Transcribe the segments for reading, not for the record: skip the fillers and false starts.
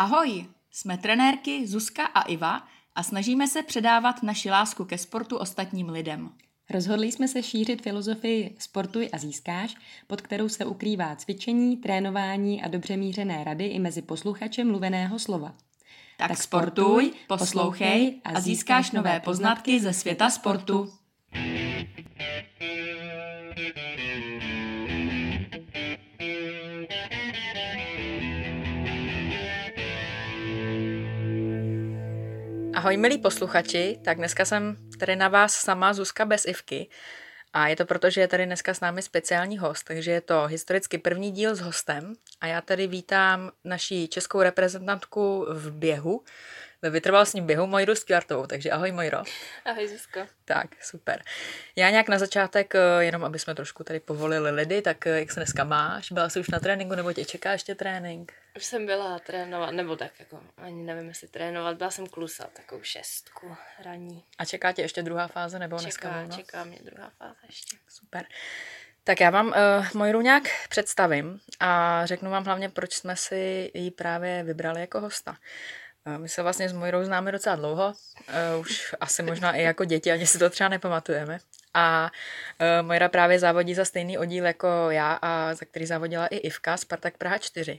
Ahoj, jsme trenérky Zuzka a Iva a snažíme se předávat naši lásku ke sportu ostatním lidem. Rozhodli jsme se šířit filozofii sportuj a získáš, pod kterou se ukrývá cvičení, trénování a dobře mířené rady i mezi posluchačem mluveného slova. Tak sportuj, poslouchej a získáš nové poznatky ze světa sportu. Ahoj milí posluchači, tak dneska jsem tady na vás sama Zuzka bez Ivky a je to proto, že je tady dneska s námi speciální host, takže je to historicky první díl s hostem a já tady vítám naší českou reprezentantku v běhu, ve vytrvalostním běhu Mojru Skvartovou, takže ahoj Mojro. Ahoj Zuzko. Tak, super. Já nějak na začátek, jenom aby jsme trošku tady povolili lidi, tak jak se dneska máš? Byla jsi už na tréninku nebo tě čeká ještě trénink? Už jsem byla trénovat, nebo tak jako, ani nevím, jestli trénovat, byla jsem klusat takovou 6 ranní. A čeká tě ještě druhá fáze nebo dneska volno? Čeká mě druhá fáze ještě. Super. Tak já vám Mojru nějak představím a řeknu vám hlavně, proč jsme si ji právě vybrali jako hosta. My se vlastně s Mojrou známe docela dlouho, už asi možná i jako děti, ani si to třeba nepamatujeme. A Mojra právě závodí za stejný oddíl jako já a za který závodila i Ivka, Spartak Praha 4.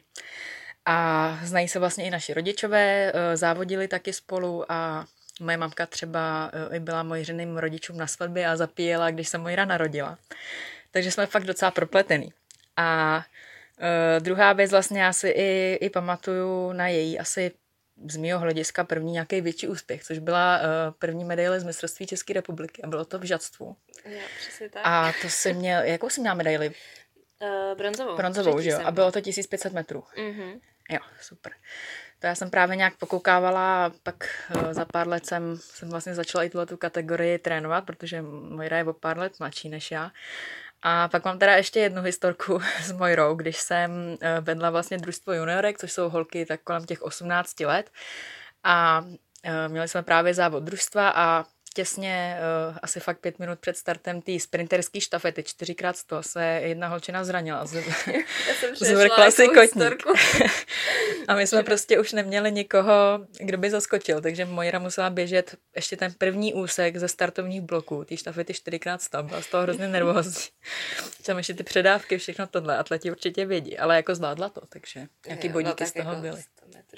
A znají se vlastně i naši rodičové, závodili taky spolu a moje mamka třeba i byla Mojřiným rodičům na svatbě a zapíjela, když se Mojra narodila. Takže jsme fakt docela propletený. A druhá věc vlastně já si i pamatuju na její asi z mýho hlediska první nějaký větší úspěch, což byla první medaile z mistrovství České republiky a bylo to v žadstvu. Jo, přesně tak. A to jsi měl, jakou jsi měla medaili? Bronzovou, že jo? A bylo to 1500 metrů. Mhm. Jo, super. To já jsem právě nějak pokoukávala, pak za pár let jsem vlastně začala i tu kategorii trénovat, protože Mojra je o pár let mladší než já. A pak mám teda ještě jednu historku s Mojrou, když jsem vedla vlastně družstvo juniorek, což jsou holky tak kolem těch 18 let. A měli jsme právě závod družstva a těsně, asi fakt 5 minut před startem té sprinterské štafety 4x100 se jedna holčina zranila. Zvrkla si kotník. A my jsme prostě už neměli nikoho, kdo by zaskočil, takže Mojra musela běžet ještě ten první úsek ze startovních bloků, té štafety 4x100, byla z toho hrozně nervózní. Tam ještě ty předávky, všechno tohle, atleti určitě vědí, ale jako zvládla to, takže nějaký bodíky z toho jako byly. 100 metrů,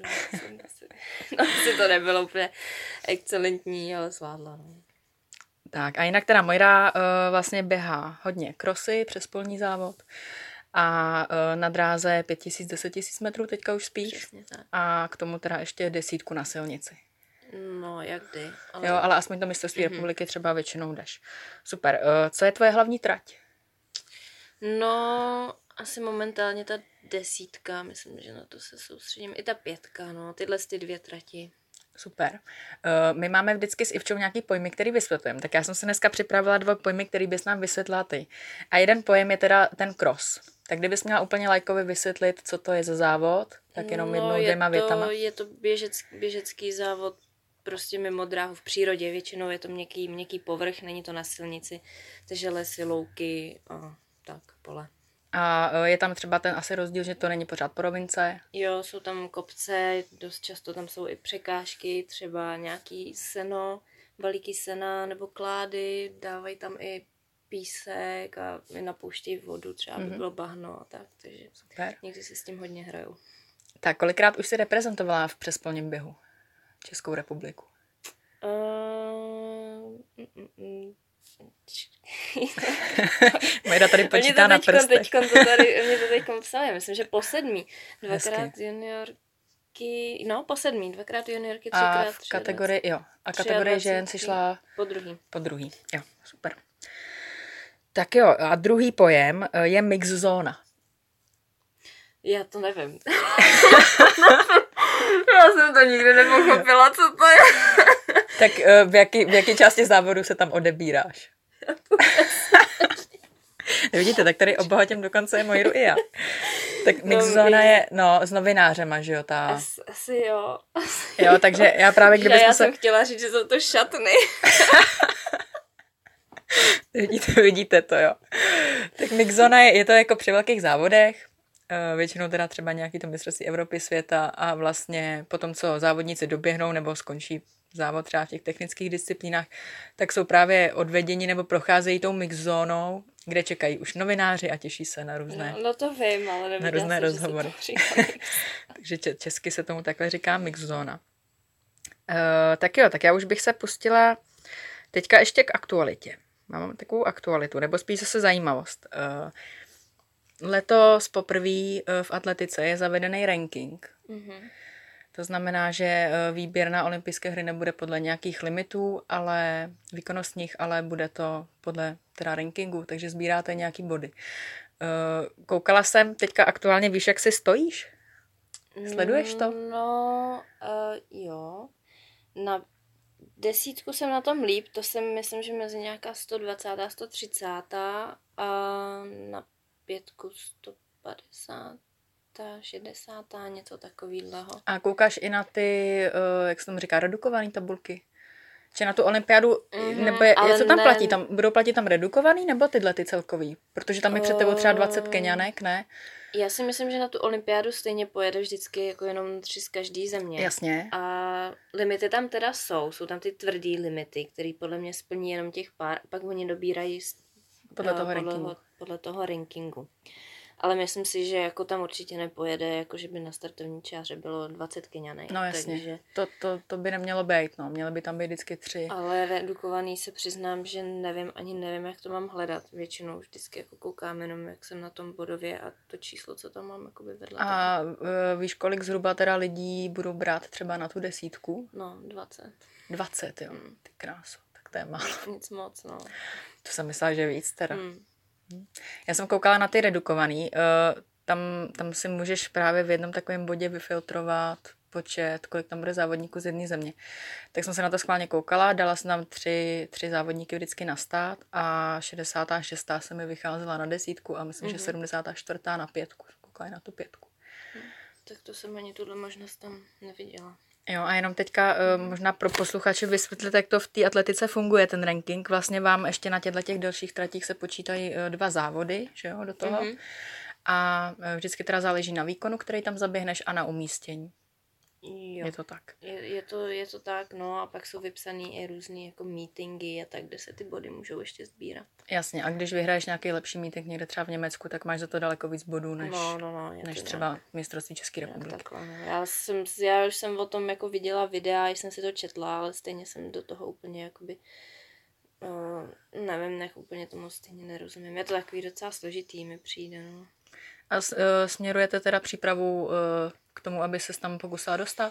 asi to nebylo úplně excelentní, ale zvládla. No. Tak a jinak teda Mojra vlastně běhá hodně krosy, přespolní závod a na dráze 5000, 10 000 metrů teďka už spíš. Přesně tak. A k tomu teda ještě 10 na silnici. No, jak kdy. Ale... Jo, ale aspoň to mistrovství republiky třeba většinou jdeš. Super. Co je tvoje hlavní trať? No, asi momentálně ta 10, myslím, že na to se soustředím. I ta 5, no, tyhle ty 2 trati. Super. My máme vždycky s Ivčou nějaký pojmy, který vysvětlujeme. Tak já jsem si dneska připravila 2 pojmy, který bys nám vysvětlila ty. A jeden pojem je teda ten cross. Tak kdybys měla úplně lajkovi vysvětlit, co to je za závod, tak jenom jednou, 2 větama. Je to běžecký závod prostě mimo dráhu v přírodě. Většinou je to měkký povrch, není to na silnici. Takže lesy, louky a tak, pole. A je tam třeba ten asi rozdíl, že to není pořád po rovince? Jo, jsou tam kopce, dost často tam jsou i překážky, třeba nějaký seno, balíky sena nebo klády, dávají tam i písek a napouštějí vodu, třeba by bylo bahno a tak, takže super. Někdy si s tím hodně hrajou. Tak kolikrát už jsi reprezentovala v přespolním běhu Českou republiku? Mojra tady počítá na prstech. Mě to teďkom psali, myslím, že po 7. 2x juniorky, no po 7. 2x juniorky, 3x. A v kategorii, jo. A kategorie žen si šla po druhý. Jo, super. Tak jo, a druhý pojem je mix zóna. Já to nevím. Já jsem to nikdy nepochopila, co to je. Tak v jaké části závodu se tam odebíráš? Vidíte, tak tady obohatím dokonce Mojru i já. Tak mixzóna je, s novinářema, že jo, ta... Asi jo. Jo, takže já právě kdybychom jsem chtěla říct, že jsou to šatny. Vidíte to, jo. Tak mixzóna je to jako při velkých závodech Většinou teda třeba nějaký to mistrovství Evropy, světa a vlastně potom, co závodníci doběhnou nebo skončí závod třeba v těch technických disciplínách, tak jsou právě odveděni nebo procházejí tou mix zónou, kde čekají už novináři a těší se na různé, No to vím, ale na různé se, rozhovory. Takže česky se tomu takhle říká mix zóna. Tak jo, tak já už bych se pustila teďka ještě k aktualitě. Mám takovou aktualitu, nebo spíš zase zajímavost. Letos poprvé v atletice je zavedený ranking. Mm-hmm. To znamená, že výběr na olympijské hry nebude podle nějakých limitů, ale výkonnostních, ale bude to podle teda rankingu, takže sbíráte nějaký body. Koukala jsem, teďka aktuálně víš, jak si stojíš? Sleduješ to? No, jo. Na 10 jsem na tom líp, to jsem myslím, že mezi nějaká 120 a 130 a na 5 150 60 něco takového. A koukáš i na ty, jak se tomu říká, redukované tabulky? Či na tu olympiádu, nebo co tam platí? Budou platit tam redukovaný nebo tyhle ty celkový? Protože tam je před tebou třeba 20 Keňanek, ne? Já si myslím, že na tu olympiádu stejně pojede vždycky jako jenom 3 z každé země. Jasně. A limity tam teda jsou tam ty tvrdý limity, které podle mě splní jenom těch pár, a pak oni dobírají podle toho rankingu. Ale myslím si, že jako tam určitě nepojede, jako že by na startovní čáře bylo 20 Keňanek. No jasně, takže... to by nemělo být, no. Měly by tam být vždycky 3. Ale redukovaný se přiznám, že nevím, jak to mám hledat. Většinou vždycky jako koukám jenom, jak jsem na tom bodově a to číslo, co tam mám jakoby vedle. A víš, kolik zhruba teda lidí budou brát třeba na tu 10? No, 20. 20, jo. Ty kráso, tak to je málo. Nic moc, no. To jsem myslela, že víc teda. Já jsem koukala na ty redukovaný. Tam si můžeš právě v jednom takovém bodě vyfiltrovat počet, kolik tam bude závodníků z jedné země. Tak jsem se na to schválně koukala, dala jsem tam 3 závodníky vždycky na stát a 66. se mi vycházela na 10 a myslím, že 74. na 5. Koukala na tu 5. Tak to jsem ani tuhle možnost tam neviděla. Jo, a jenom teďka možná pro posluchače vysvětlit, jak to v té atletice funguje, ten ranking. Vlastně vám ještě na těch dalších tratích se počítají 2 závody, že jo, do toho. A vždycky teda záleží na výkonu, který tam zaběhneš a na umístění. Jo. Je to tak? Je to tak, no a pak jsou vypsaný i různý jako meetingy a tak, kde se ty body můžou ještě sbírat. Jasně, a když vyhraješ nějaký lepší meeting někde třeba v Německu, tak máš za to daleko víc bodů, než třeba mistrovství České republiky. Takhle, no. Já už jsem o tom jako viděla videa, jsem si to četla, ale stejně jsem do toho úplně jakoby nevím, jak úplně tomu stejně nerozumím. Je to takový docela složitý, mi přijde, no. A směrujete teda přípravu k tomu, aby ses tam pokusila dostat?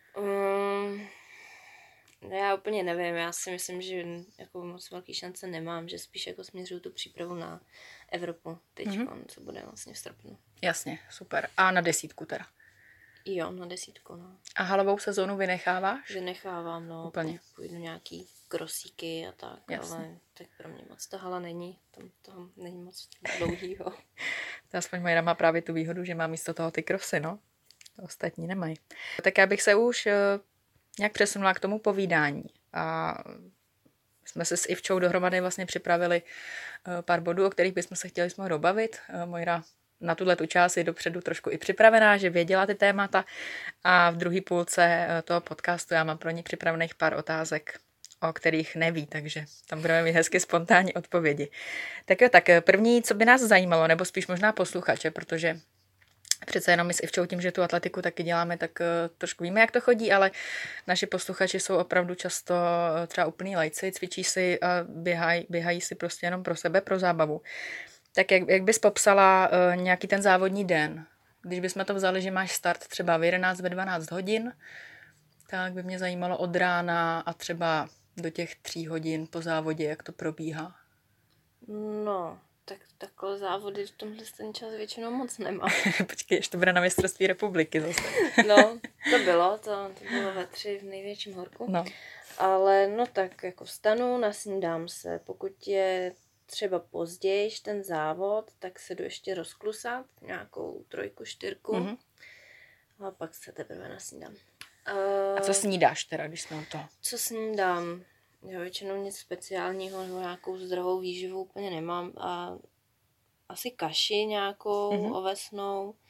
Já úplně nevím, já si myslím, že jako moc velký šance nemám, že spíš jako směřuju tu přípravu na Evropu teď, co bude vlastně v srpnu. Jasně, super. A na 10 teda? Jo, na 10, no. A halovou sezónu vynecháváš? Vynechávám, no. Úplně. Půjdu nějaký krosíky a tak, jasně. Ale tak pro mě moc ta hala není, tam toho není moc dlouhýho. To aspoň Majra má právě tu výhodu, že má místo toho ty krosy, no. To ostatní nemají. Tak já bych se už nějak přesunula k tomu povídání. A jsme se s Ivčou dohromady vlastně připravili pár bodů, o kterých bychom se chtěli dobavit. Mojra na tu část je dopředu trošku i připravená, že věděla ty témata a v druhé půlce toho podcastu já mám pro ní připravených pár otázek, o kterých neví, takže tam budeme mít hezky spontánní odpovědi. Tak jo, tak první, co by nás zajímalo, nebo spíš možná posluchače, protože přece jenom my s Ivčou tím, že tu atletiku taky děláme, tak trošku víme, jak to chodí, ale naši posluchači jsou opravdu často třeba úplný lajci, cvičí si a běhají si prostě jenom pro sebe, pro zábavu. Tak jak bys popsala nějaký ten závodní den? Když bychom to vzali, že máš start třeba v 11, ve 12 hodin, tak by mě zajímalo od rána a třeba do těch 3 hodin po závodě, jak to probíhá. No, tak takhle závody v tomhle ten čas většinou moc nemám. Počkej, ještě to bude na mistrovství republiky zase. No, to bylo ve 3 v největším horku. No. Ale no tak jako vstanu, nasnídám se, pokud je třeba později ten závod, tak se jdu ještě rozklusat, nějakou 3, 4 a pak se teprve nasnídám. A co snídáš teda, když jsme o to? Co snídám? Já většinou nic speciálního nebo nějakou zdravou výživu úplně nemám a asi kaši nějakou ovesnou,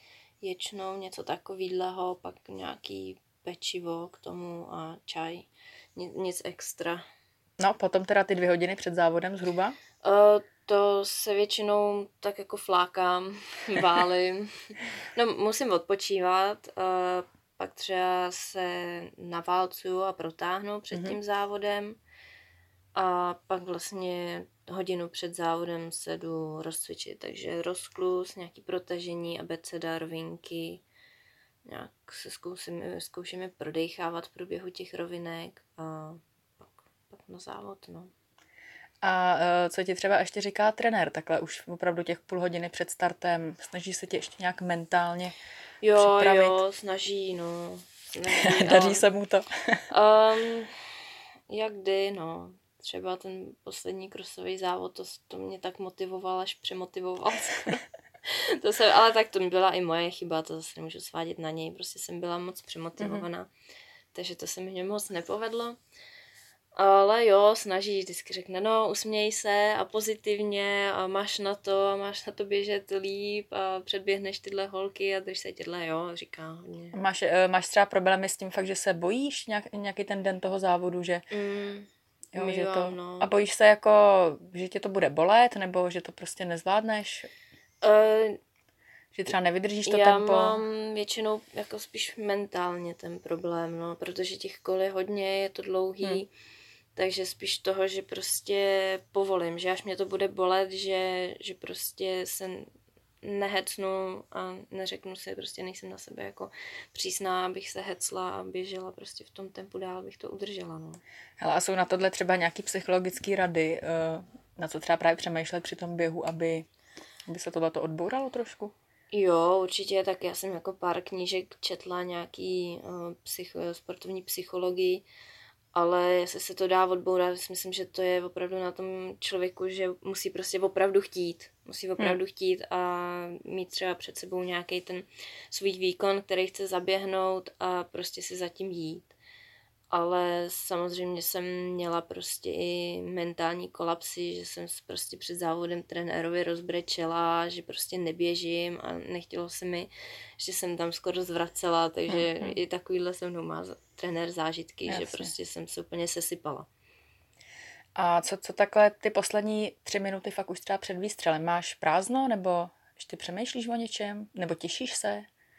Většinou něco takového, pak nějaký pečivo k tomu a čaj. Nic extra. No, potom teda ty 2 hodiny před závodem zhruba? To se většinou tak jako flákám, válím. No, musím odpočívat, pak třeba se naválcuju a protáhnu před tím závodem a pak vlastně hodinu před závodem se jdu rozcvičit, takže rozklus, nějaký protažení, abeceda, rovinky, nějak se zkoušíme prodejchávat v průběhu těch rovinek a pak na závod, no. A co ti třeba ještě říká trenér, takhle už opravdu těch půl hodiny před startem, snaží se tě ještě nějak mentálně připravit? Jo, snaží, no. Daří se mu to? Jak kdy, no. Třeba ten poslední krosový závod, to mě tak motivoval, až přemotivoval. Ale tak to byla i moje chyba, to zase nemůžu svádět na něj, prostě jsem byla moc přemotivovaná, takže to se mi moc nepovedlo. Ale jo, snaží, vždycky řekne, no, usměj se a pozitivně a máš na to běžet líp a předběhneš tyhle holky a drž se tyhle, jo, říká hodně. Máš třeba problémy s tím fakt, že se bojíš nějaký ten den toho závodu, že... Jo, že to... No. A bojíš se jako, že tě to bude bolet, nebo že to prostě nezvládneš? Že třeba nevydržíš to tempo? Já mám většinou jako spíš mentálně ten problém, no, protože těch kol je hodně, je to dlouhý, takže spíš toho, že prostě povolím, že až mě to bude bolet, že prostě se nehecnu a neřeknu si, prostě nejsem na sebe jako přísná, abych se hecla a běžela prostě v tom tempu dál, abych to udržela, no. Hele, a jsou na tohle třeba nějaký psychologický rady, na co třeba právě přemýšlet při tom běhu, aby se tohleto odbouralo trošku? Jo, určitě, tak já jsem jako pár knížek četla nějaký sportovní psychologii, ale jestli se to dá odbourat, myslím, že to je opravdu na tom člověku, že musí prostě opravdu chtít. Musí opravdu chtít a mít třeba před sebou nějaký ten svůj výkon, který chce zaběhnout a prostě si zatím jít. Ale samozřejmě jsem měla prostě i mentální kolapsy, že jsem prostě před závodem trenérovi rozbrečela, že prostě neběžím a nechtělo se mi, že jsem tam skoro zvracela, takže i takovýhle se mnou má trenér zážitky, že prostě jsem se úplně sesypala. A co takhle ty poslední 3 minuty fakt už třeba před výstřelem? Máš prázdno, nebo ještě přemýšlíš o něčem? Nebo těšíš se?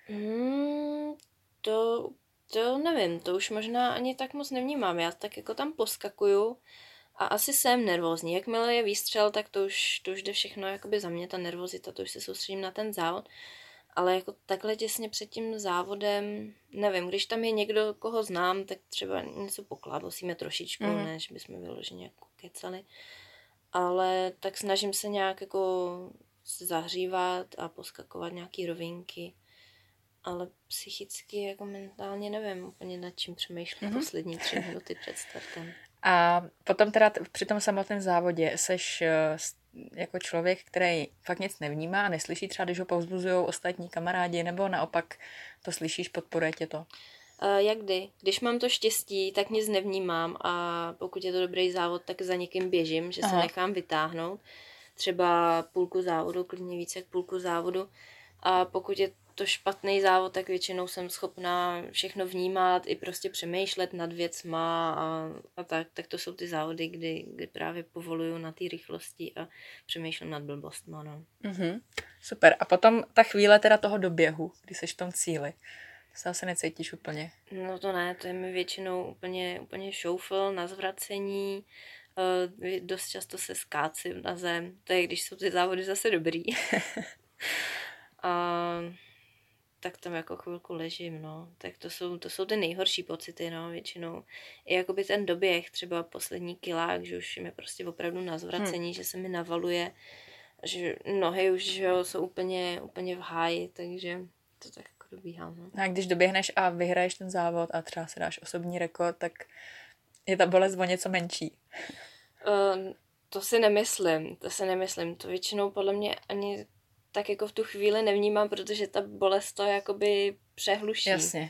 To nevím, to už možná ani tak moc nevnímám. Já tak jako tam poskakuju a asi jsem nervózní. Jakmile je výstřel, tak to už jde všechno jakoby za mě, ta nervozita, to už se soustředím na ten závod. Ale jako takhle těsně před tím závodem, nevím, když tam je někdo, koho znám, tak třeba něco pokládlosíme trošičku, než bychom vyloženě jako kecali. Ale tak snažím se nějak jako zahřívat a poskakovat nějaký rovinky. Ale psychicky, jako mentálně nevím úplně nad čím přemýšlím poslední 3 minuty před startem. A potom teda při tom samotném závodě seš jako člověk, který fakt nic nevnímá a neslyší třeba, když ho povzbuzujou ostatní kamarádi, nebo naopak to slyšíš, podporuje tě to? Jak kdy? Když mám to štěstí, tak nic nevnímám a pokud je to dobrý závod, tak za někým běžím, že se nechám vytáhnout. Třeba půlku závodu, klidně více jak půlku závodu. A pokud je to špatný závod, tak většinou jsem schopná všechno vnímat i prostě přemýšlet nad věcma a tak to jsou ty závody, kdy právě povoluju na té rychlosti a přemýšlím nad blbostma, no. Super. A potom ta chvíle teda toho doběhu, kdy seš v tom cíli, to se asi necítíš úplně? No to ne, to je mi většinou úplně šoufl na zvracení, dost často se skácím na zem, to je, když jsou ty závody zase dobrý. Tak tam jako chvilku ležím, no. Tak to jsou ty nejhorší pocity, no, většinou. I jakoby ten doběh, třeba poslední kilák, že už je prostě opravdu na zvracení, že se mi navaluje, že nohy už že jo, jsou úplně v háji, takže to tak jako dobíhám, no. A když doběhneš a vyhraješ ten závod a třeba si dáš osobní rekord, tak je ta bolest o něco menší. To si nemyslím. To většinou podle mě ani tak jako v tu chvíli nevnímám, protože ta bolest to jakoby přehluší. Jasně.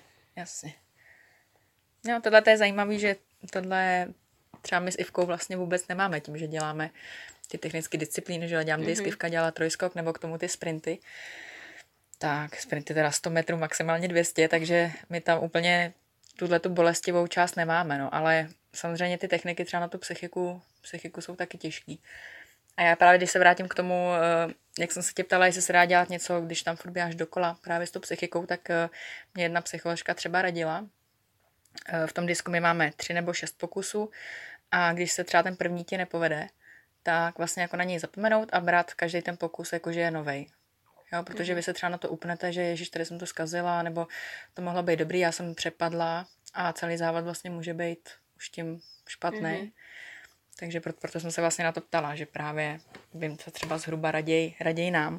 No, tohle je zajímavé, že tohle třeba my s Ivkou vlastně vůbec nemáme tím, že děláme ty technické disciplíny, že dělám disc, Ivka dělala trojskok nebo k tomu ty sprinty. Tak, sprint je teda 100 metrů, maximálně 200, takže my tam úplně tu bolestivou část nemáme, no, ale samozřejmě ty techniky třeba na tu psychiku jsou taky těžký. A já právě, když se vrátím k tomu, jak jsem se tě ptala, jestli se dá dělat něco, když tam furt běháš dokola právě s tou psychikou, tak mě jedna psycholožka třeba radila. V tom disku my máme 3 nebo 6 pokusů a když se třeba ten první ti nepovede, tak vlastně jako na něj zapomenout a brát každý ten pokus, jakože je novej. Jo, protože vy se třeba na to upnete, že ježiš, tady jsem to zkazila, nebo to mohlo být dobrý, já jsem přepadla a celý závod vlastně může být už tím špatný. Takže proto jsem se vlastně na to ptala, že právě vím, co třeba zhruba raději nám.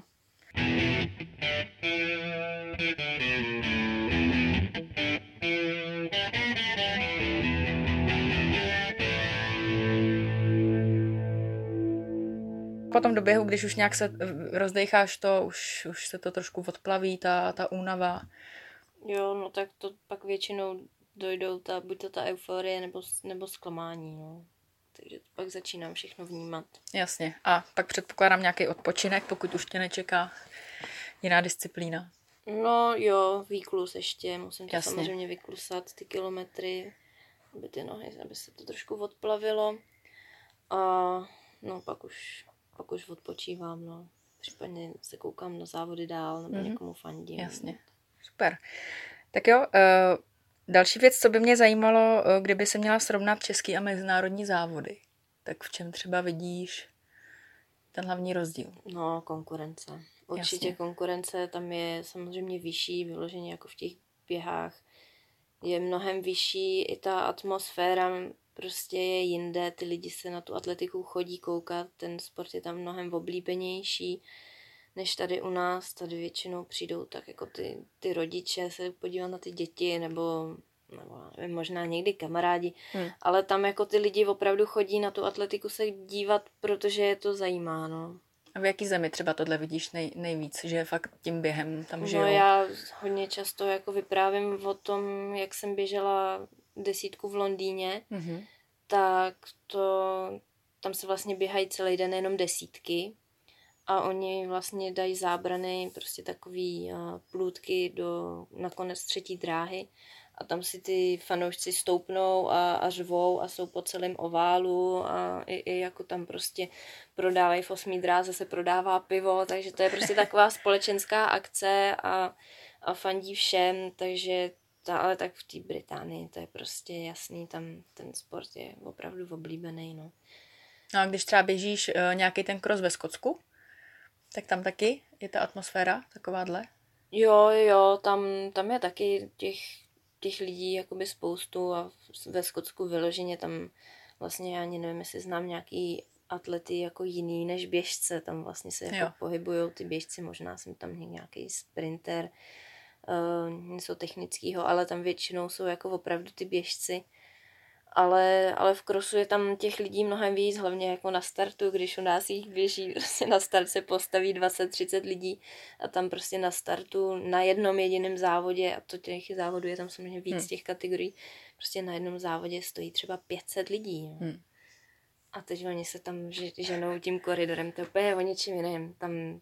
Po tom doběhu, když už nějak se rozdecháš to, už se to trošku odplaví, ta únava. Jo, no tak to pak většinou dojdou buď to ta euforie, nebo zklamání, no. Takže pak začínám všechno vnímat. Jasně. A pak předpokládám nějaký odpočinek, pokud už tě nečeká jiná disciplína. No jo, výklus ještě. Musím to samozřejmě vyklusat, ty kilometry, aby ty nohy, aby se to trošku odplavilo. A no pak už odpočívám, no. Případně se koukám na závody dál, nebo někomu fandím. Jasně. Super. Tak jo, další věc, co by mě zajímalo, kdyby se měla srovnat český a mezinárodní závody, tak v čem třeba vidíš ten hlavní rozdíl? No, konkurence. Určitě konkurence tam je samozřejmě vyšší, vyloženě jako v těch běhách. Je mnohem vyšší, i ta atmosféra prostě je jinde, ty lidi se na tu atletiku chodí koukat, ten sport je tam mnohem oblíbenější než tady u nás. Tady většinou přijdou tak jako ty rodiče se podívat na ty děti, nebo nevím, možná někdy kamarádi, ale tam jako ty lidi opravdu chodí na tu atletiku se dívat, protože je to zajímá, no. A v jaký zemi třeba tohle vidíš nejvíc, že fakt tím během tam žijou? No já hodně často jako vyprávím o tom, jak jsem běžela 10 v Londýně, tak tam se vlastně běhají celý den jenom 10 a oni vlastně dají zábrany, prostě takový plůtky na konec 3. dráhy a tam si ty fanoušci stoupnou a řvou a jsou po celém oválu a i jako tam prostě prodávají v 8. dráze, se prodává pivo, takže to je prostě taková společenská akce a fandí všem, takže ale tak v té Británii to je prostě jasný, tam ten sport je opravdu oblíbený, no. No a když třeba běžíš nějaký ten cross ve Skotsku, tak tam taky je ta atmosféra takováhle? Jo, tam je taky těch lidí jakoby spoustu a ve Skotsku vyloženě tam vlastně já ani nevím, jestli znám nějaký atlety jako jiný než běžce, tam vlastně se jako pohybujou ty běžci, možná jsem tam nějaký sprinter, něco technického, ale tam většinou jsou jako opravdu ty běžci. Ale v crossu je tam těch lidí mnohem víc, hlavně jako na startu, když u nás jich běží, prostě na start se postaví 20-30 lidí a tam prostě na startu na jednom jediném závodě, a to těch závodů je tam samozřejmě víc těch kategorií, prostě na jednom závodě stojí třeba 500 lidí. A teď oni se tam ženou tím koridorem, to je úplně o něčem jiném, tam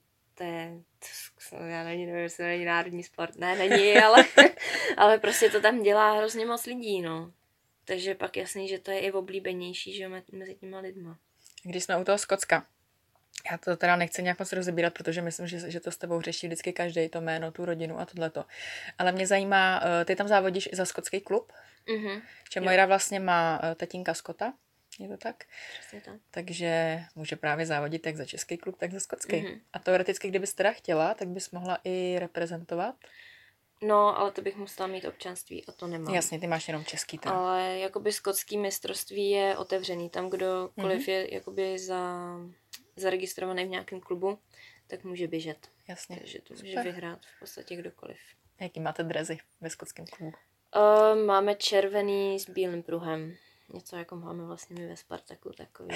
já nevím, jestli to není národní sport, ne, není, ale prostě to tam dělá hrozně moc lidí, no. Takže pak jasný, že to je i oblíbenější, že mezi těma lidma. Když jsme u toho Skotska, já to teda nechci nějak moc rozebírat, protože myslím, že to s tebou řeší vždycky každý, to jméno, tu rodinu a tohleto. Ale mě zajímá, ty tam závodíš i za skotský klub? Že Moira vlastně má tatínka Skota, je to tak? Přesně tak. Takže může právě závodit jak za český klub, tak za skotský. A teoreticky, kdybys teda chtěla, tak bys mohla i reprezentovat? No, ale to bych musela mít občanství a to nemám. Jasně, ty máš jenom český ten. Ale jakoby skotský mistrovství je otevřený. Tam kdokoliv je jakoby zaregistrovaný v nějakém klubu, tak může běžet. Jasně. Takže to může vyhrát v podstatě kdokoliv. Jaký máte dresy ve skotském klubu? Máme červený s bílým pruhem. Něco jako máme vlastně my ve Spartaku,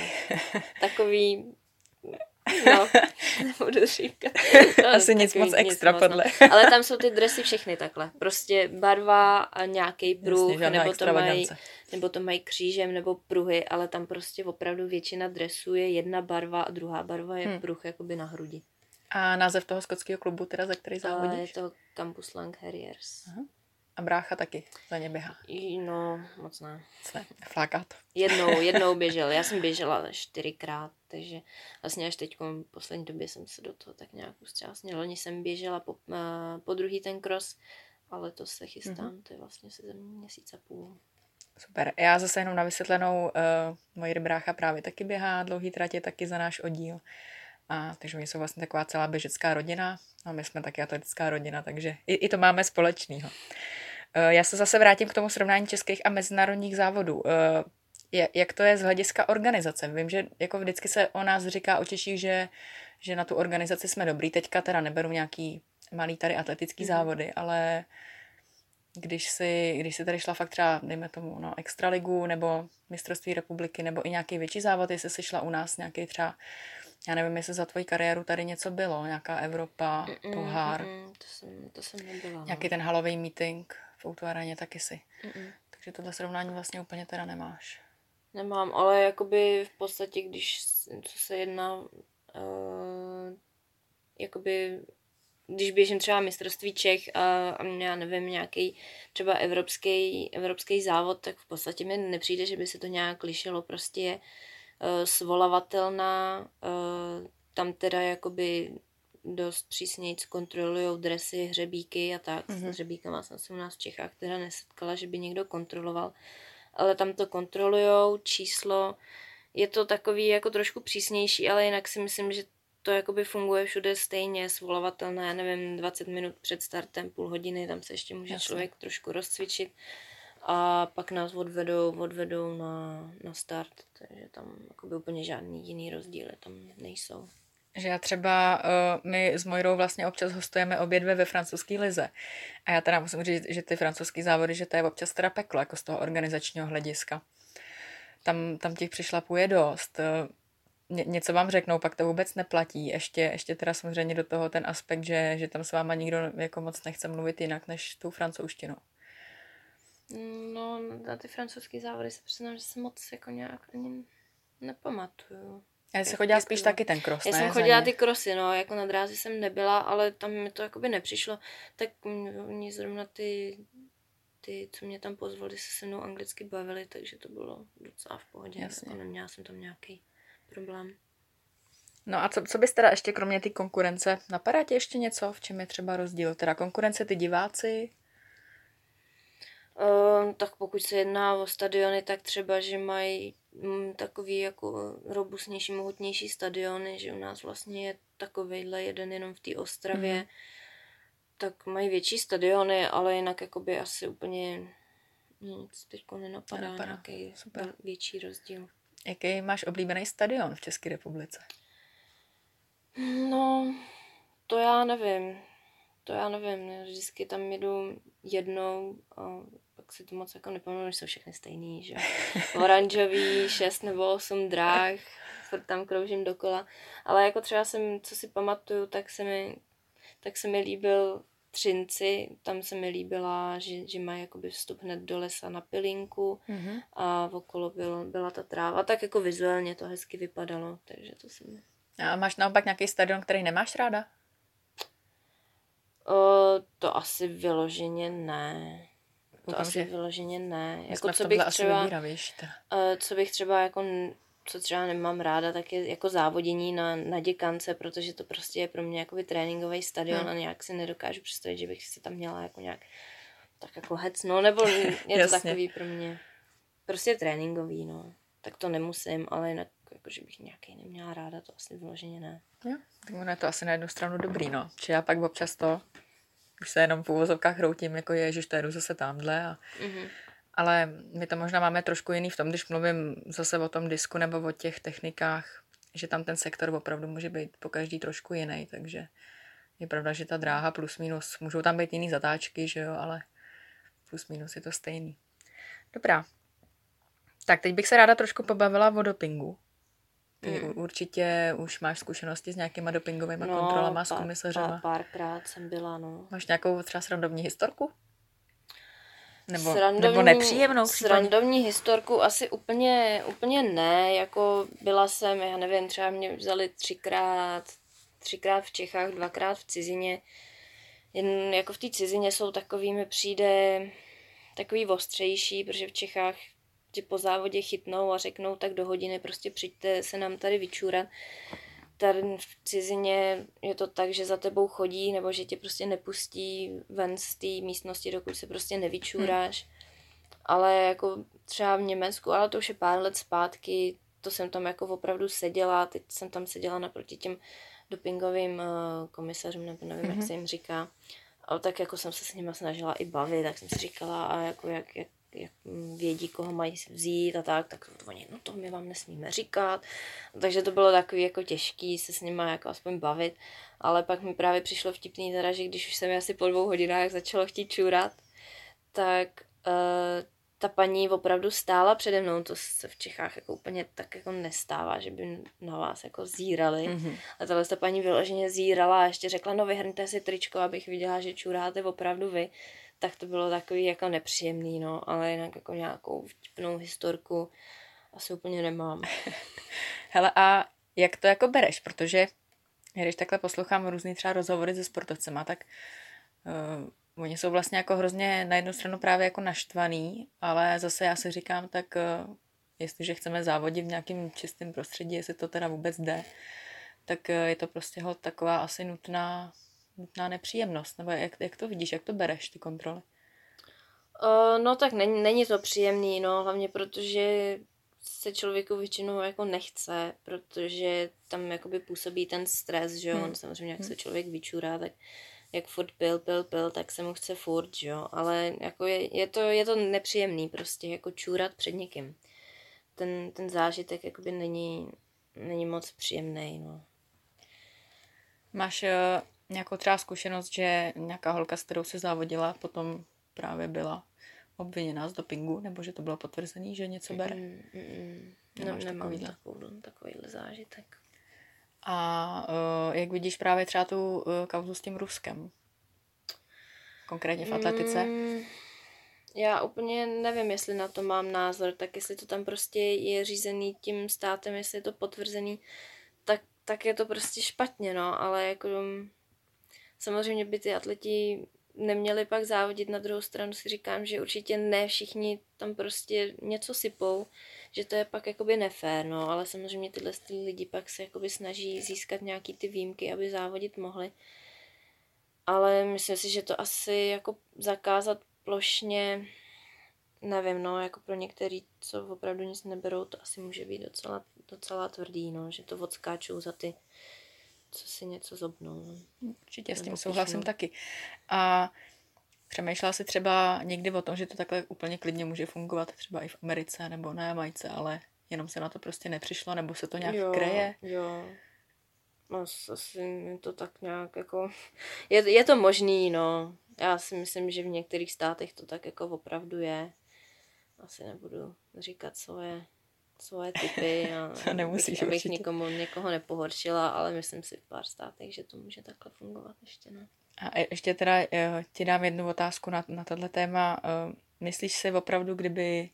takový no, nebudu říkat. Asi nic moc extra podle. Ale tam jsou ty dresy všechny takhle. Prostě barva a nějaký pruh, nebo to mají křížem, nebo pruhy, ale tam prostě opravdu většina dresů je jedna barva a druhá barva je pruh jakoby na hrudi. A název toho skotského klubu teda, za který závodíš? Je to Campus Lang Harriers. Aha. A brácha taky za ně běhá? No, moc ne. Fláká to. Jednou běžel. Já jsem běžela 4krát, takže vlastně až teď v poslední době jsem se do toho tak nějak ustřásnila. Loni jsem běžela po druhý ten cross, ale to se chystám, to je vlastně se měsíc a půl. Super. Já zase jenom na vysvětlenou, moje brácha právě taky běhá dlouhý tratě, taky za náš oddíl. Takže oni jsou vlastně taková celá běžecká rodina a my jsme taky atletická rodina, takže i to máme společného. Já se zase vrátím k tomu srovnání českých a mezinárodních závodů. Jak to je z hlediska organizace? Vím, že jako vždycky se o nás říká o Češích, že na tu organizaci jsme dobrý. Teďka teda neberu nějaký malý tady atletický závody, ale když si tady šla fakt třeba, dejme tomu, extraligu nebo mistrovství republiky nebo i nějaký větší závod, jestli jsi šla u nás nějaký třeba, já nevím, jestli za tvoji kariéru tady něco bylo, nějaká Evropa, pohár. To jsem nebyla. Nějaký ten halový meeting v Outu taky si. Takže tohle srovnání vlastně úplně teda nemáš. Nemám, ale jakoby v podstatě, co se jedná, jakoby, když běžím třeba mistrovství Čech a já nevím, nějaký třeba evropský závod, tak v podstatě mi nepřijde, že by se to nějak lišilo. Prostě je svolavatelná, tam teda jakoby dost přísněji kontrolujou dresy, hřebíky a tak. S hřebíkama jsem se u nás v Čechách teda nesetkala, že by někdo kontroloval. Ale tam to kontrolujou, číslo. Je to takový jako trošku přísnější, ale jinak si myslím, že to jakoby funguje všude stejně, svolavatelné, já nevím, 20 minut před startem, půl hodiny, tam se ještě může člověk trošku rozcvičit a pak nás odvedou na start, takže tam jakoby úplně žádný jiný rozdíly tam nejsou. Že já třeba, my s Mojrou vlastně občas hostujeme obě dvě ve francouzské lize. A já teda musím říct, že ty francouzský závody, že to je občas teda peklo, jako z toho organizačního hlediska. Tam těch přišlapuje dost. Něco vám řeknou, pak to vůbec neplatí. Ještě teda samozřejmě do toho ten aspekt, že tam s váma nikdo jako moc nechce mluvit jinak než tou francouzštinou. No, na ty francouzský závody se přiznám, že se moc jako nějak ani nepamatuju. Já jsem chodila spíš taky ten cross, ne? Já jsem chodila ty crossy, jako na dráze jsem nebyla, ale tam mi to jakoby nepřišlo. Tak oni zrovna ty, co mě tam pozvali, se mnou anglicky bavili, takže to bylo docela v pohodě. Jasně. Ale neměla jsem tam nějaký problém. No a co bys teda ještě kromě té konkurence, napadá tě ještě něco, v čem je třeba rozdíl? Teda konkurence, ty diváci? Tak pokud se jedná o stadiony, tak třeba, že mají takový jako robustnější, mohutnější stadiony, že u nás vlastně je takovejhle jeden jenom v té Ostravě, tak mají větší stadiony, ale jinak jakoby asi úplně nic teďko nenapadá. Nějaký větší rozdíl. Jaký máš oblíbený stadion v České republice? No, to já nevím. Vždycky tam jedu jednou a pak si to moc jako nepamatuju, že jsou všechny stejný, že oranžový, 6 nebo 8 dráh, furt tam kroužím dokola. Ale jako třeba co si pamatuju, tak se mi líbil Třinci, tam se mi líbila, že mají jakoby vstup hned do lesa na pilinku a okolo byla ta tráva. Tak jako vizuálně to hezky vypadalo, takže to jsem... A máš naopak nějaký stadion, který nemáš ráda? To asi vyloženě ne. Jako co bych třeba jako, co třeba nemám ráda, tak je jako závodění na děkance, protože to prostě je pro mě jako tréninkový stadion a nějak si nedokážu představit, že bych si tam měla jako nějak tak jako hecno, nebo je to takový pro mě prostě tréninkový, no. Tak to nemusím, ale jinak jako, že bych nějaký neměla ráda, to asi vyloženě ne. Jo, tak ono je to asi na jednu stranu dobrý, no. Či já pak občas to už se jenom v úvozovkách hroutím, jako ježiš, to jedu zase tamhle. Ale my to možná máme trošku jiný v tom, když mluvím zase o tom disku nebo o těch technikách, že tam ten sektor opravdu může být po každý trošku jiný, takže je pravda, že ta dráha plus minus, můžou tam být jiný zatáčky, že jo, ale plus minus je to stejný. Dobrá. Tak teď bych se ráda trošku pobavila o dopingu. Ty určitě už máš zkušenosti s nějakýma dopingovými kontrolama s komisařema. Párkrát jsem byla, no. Máš nějakou třeba srandovní historku? Nebo nepříjemnou? Srandovní historku asi úplně ne, jako byla jsem, já nevím, třeba mě vzali 3krát v Čechách, 2krát v cizině. Jen jako v té cizině jsou takový, mi přijde takový ostřejší, protože v Čechách tě po závodě chytnou a řeknou, tak do hodiny prostě přijďte se nám tady vyčůrat. Tady v cizině je to tak, že za tebou chodí, nebo že tě prostě nepustí ven z té místnosti, dokud se prostě nevyčůráš. Ale jako třeba v Německu, ale to už je pár let zpátky, to jsem tam jako opravdu seděla, teď jsem tam seděla naproti těm dopingovým komisařům, nebo nevím, jak se jim říká. Ale tak jako jsem se s nimi snažila i bavit, tak jsem si říkala, a jako jak vědí, koho mají vzít a tak oni, no to my vám nesmíme říkat. Takže to bylo takový jako těžký se s nimi jako aspoň bavit, ale pak mi právě přišlo vtipný teda, že když už jsem asi po 2 hodinách začalo chtít čůrat, tak ta paní opravdu stála přede mnou, to se v Čechách jako úplně tak jako nestává, že by na vás jako zírali. A tahle ta paní vyloženě zírala a ještě řekla, no vyhrňte si tričko, abych viděla, že čuráte opravdu vy. Tak to bylo takový jako nepříjemný, no, ale jinak jako nějakou vtipnou historku asi úplně nemám. Hele, a jak to jako bereš? Protože když takhle poslouchám různý třeba rozhovory se sportovcema, tak oni jsou vlastně jako hrozně na jednu stranu právě jako naštvaný, ale zase já si říkám, tak jestliže chceme závodit v nějakém čistém prostředí, jestli to teda vůbec jde, tak je to prostě taková asi nutná nepříjemnost. Nebo jak to vidíš, jak to bereš, ty kontroly? No tak není to příjemný, no, hlavně protože se člověku většinou jako nechce, protože tam jakoby působí ten stres, že jo, on samozřejmě jak se člověk vyčurá, tak jak furt pil, tak se mu chce furt, že jo, ale jako je to nepříjemný prostě, jako čůrat před někým. Ten zážitek jakoby není moc příjemný, no. Máš nějakou třeba zkušenost, že nějaká holka, s kterou se závodila, potom právě byla obviněná z dopingu, nebo že to bylo potvrzený, že něco bere? Nemám takovýhle zážitek. A jak vidíš právě třeba tu kauzu s tím Ruskem? Konkrétně v atletice? Já úplně nevím, jestli na to mám názor, tak jestli to tam prostě je řízený tím státem, jestli je to potvrzený, tak je to prostě špatně, no, ale jako samozřejmě by ty atleti neměli pak závodit, na druhou stranu si říkám, že určitě ne všichni tam prostě něco sypou, že to je pak jakoby nefér, no, ale samozřejmě tyhle lidi pak se jakoby snaží získat nějaký ty výjimky, aby závodit mohli. Ale myslím si, že to asi jako zakázat plošně, nevím, no, jako pro některý, co opravdu nic neberou, to asi může být docela tvrdý, no, že to odskáčou za ty, co si něco zobnou. Určitě s tím souhlasím taky. A přemýšlela jsi třeba někdy o tom, že to takhle úplně klidně může fungovat třeba i v Americe nebo na Jamajce, ale jenom se na to prostě nepřišlo, nebo se to nějak kreje? Jo. Asi to tak nějak jako... Je to možný, no. Já si myslím, že v některých státech to tak jako opravdu je. Asi nebudu říkat svoje typy, abych někoho nepohoršila, ale myslím si v pár státech, že to může takhle fungovat ještě, no. A ještě teda ti dám jednu otázku na tohle téma. Myslíš si opravdu, kdyby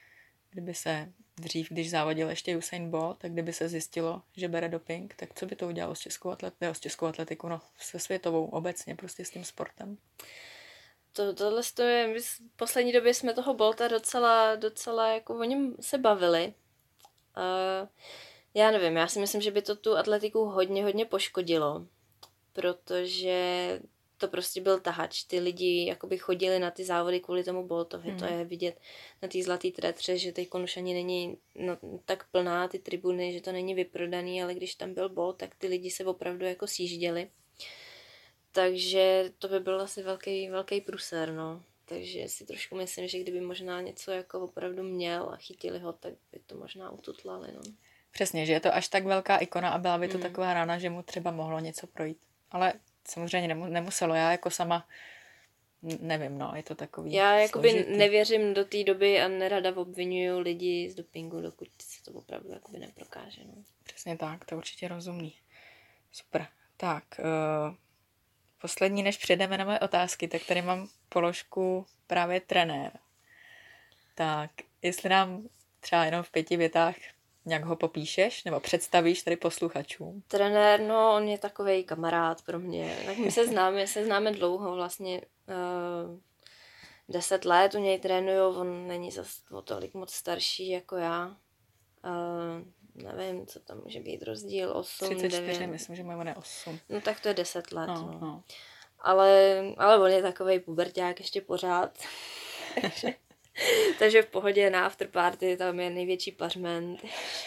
se dřív, když závodil ještě Usain Bolt, tak kdyby se zjistilo, že bere doping, tak co by to udělalo s českou atletikou, no, se světovou obecně, prostě s tím sportem? Tohle je, v poslední době jsme toho Bolta docela jako o něm se bavili. Já nevím, já si myslím, že by to tu atletiku hodně poškodilo, protože to prostě byl tahač. Ty lidi jakoby chodili na ty závody kvůli tomu Boltovi. To je vidět na té zlatý tretře, že teď už ani není tak plná ty tribuny, že to není vyprodaný, ale když tam byl Bolt, tak ty lidi se opravdu jako sjížděli. Takže to by byl asi velký průser, no. Takže si trošku myslím, že kdyby možná něco jako opravdu měl a chytili ho, tak by to možná ututlali, no. Přesně, že je to až tak velká ikona a byla by to taková rána, že mu třeba mohlo něco projít. Ale samozřejmě nemuselo, já jako sama nevím, no, je to takový já jakoby složitý. Nevěřím do té doby a nerada obvinuju lidi z dopingu, dokud se to opravdu jakoby neprokáže, no. Přesně tak, to určitě rozumný. Super, tak poslední, než přejdeme na moje otázky, tak tady mám položku právě trenér. Tak, jestli nám třeba jenom v 5 větách nějak ho popíšeš nebo představíš tady posluchačům? Trenér, no on je takovej kamarád pro mě. Tak my se známe dlouho, vlastně 10 let u něj trénuju, on není zas o tolik moc starší jako já. Nevím, co tam může být rozdíl, 8, 34, 9. myslím, že moje je 8. No tak to je 10 let, no. No. Ale on je takovej puberťák ještě pořád. Takže v pohodě na afterparty tam je největší pařmen.